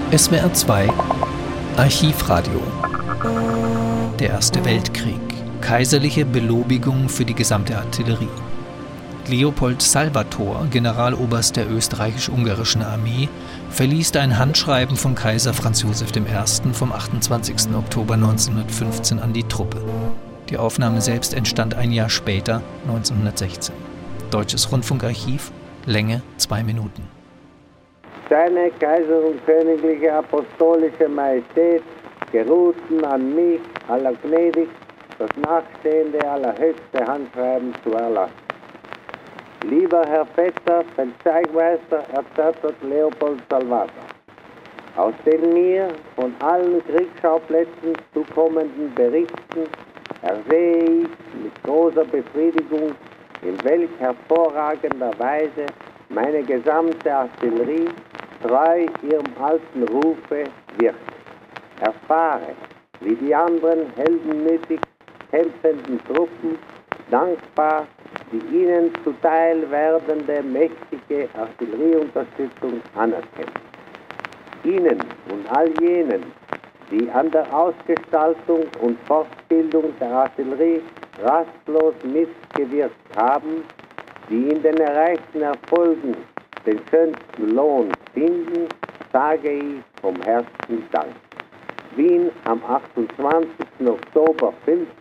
SWR 2 Archivradio. Der Erste Weltkrieg. Kaiserliche Belobigung für die gesamte Artillerie. Leopold Salvator, Generaloberst der österreichisch-ungarischen Armee, verliest ein Handschreiben von Kaiser Franz Josef I. vom 28. Oktober 1915 an die Truppe. Die Aufnahme selbst entstand ein Jahr später, 1916. Deutsches Rundfunkarchiv, Länge 2 Minuten. Seine Kaiser und Königliche Apostolische Majestät geruhten an mich, allergnädig, das nachstehende allerhöchste Handschreiben zu erlassen. Lieber Herr Vetter, Feldzeigmeister, Erzörter Leopold Salvator, aus den mir von allen Kriegsschauplätzen zukommenden Berichten ersehe ich mit großer Befriedigung, in welch hervorragender Weise meine gesamte Artillerie treu ihrem alten Rufe wirkt. Erfahre, wie die anderen heldenmütig kämpfenden Truppen dankbar die ihnen zuteil werdende mächtige Artillerieunterstützung anerkennen. Ihnen und all jenen, die an der Ausgestaltung und Fortbildung der Artillerie rastlos mitgewirkt haben, die in den erreichten Erfolgen den schönsten Lohn finden, sage ich vom Herzen Dank. Wien am 28. Oktober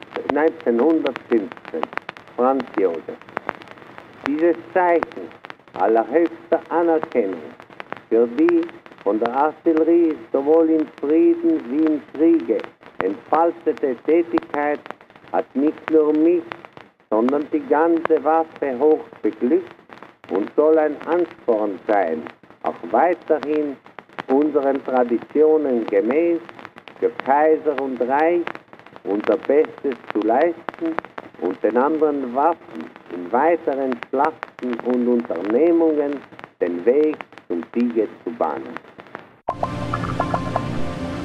1915. Franz Josef. Dieses Zeichen allerhöchster Anerkennung für die von der Artillerie sowohl im Frieden wie im Kriege entfaltete Tätigkeit hat nicht nur mich, sondern die ganze Waffe hoch beglückt und soll ein Ansporn sein, auch weiterhin unseren Traditionen gemäß für Kaiser und Reich unser Bestes zu leisten und den anderen Waffen in weiteren Schlachten und Unternehmungen den Weg zum Siege zu bahnen.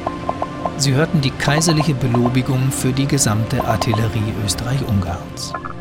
Sie hörten die kaiserliche Belobigung für die gesamte Artillerie Österreich-Ungarns.